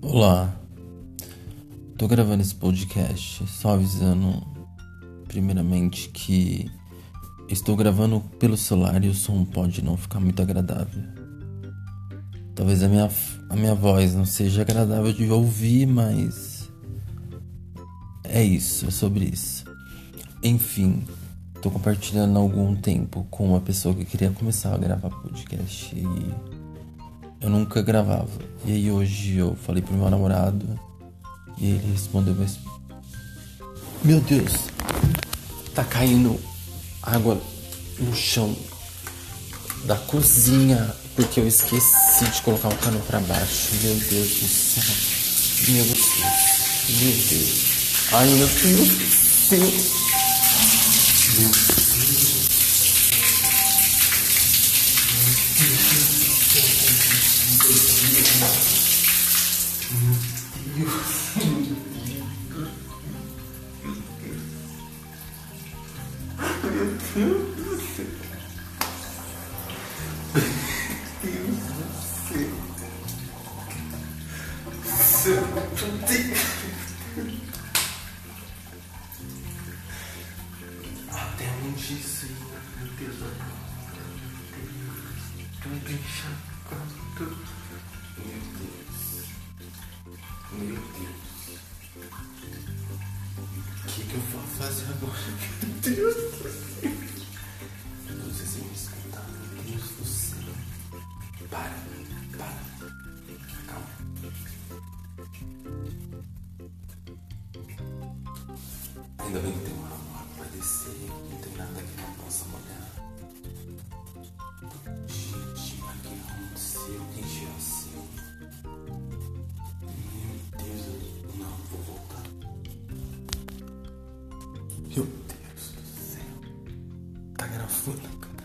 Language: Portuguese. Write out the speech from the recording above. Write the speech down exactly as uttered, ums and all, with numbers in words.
Olá, tô gravando esse podcast só avisando primeiramente que estou gravando pelo celular e o som pode não ficar muito agradável. Talvez a minha, a minha voz não seja agradável de ouvir, mas é isso, é sobre isso. Enfim, tô compartilhando há algum tempo com uma pessoa que queria começar a gravar podcast e eu nunca gravava. E aí hoje eu falei pro meu namorado e ele respondeu, mas... Meu Deus, tá caindo água no chão da cozinha porque eu esqueci de colocar o cano pra baixo. Meu Deus do céu. Meu Deus. Meu Deus. Ai, meu Deus do céu. Meu Deus. Até onde isso aí, meu Deus, tô enxergando. Meu Deus, meu Deus, o que que eu vou fazer agora? Meu Deus do céu. Não sei se me escutar, meu Deus do céu. Para, para, calma. Ainda bem que tem uma água pra descer, não tem nada que não possa molhar. Gente, mas o que aconteceu? Quem encheu assim? Meu Deus, eu não vou voltar. Meu Deus do céu. Tá gravando?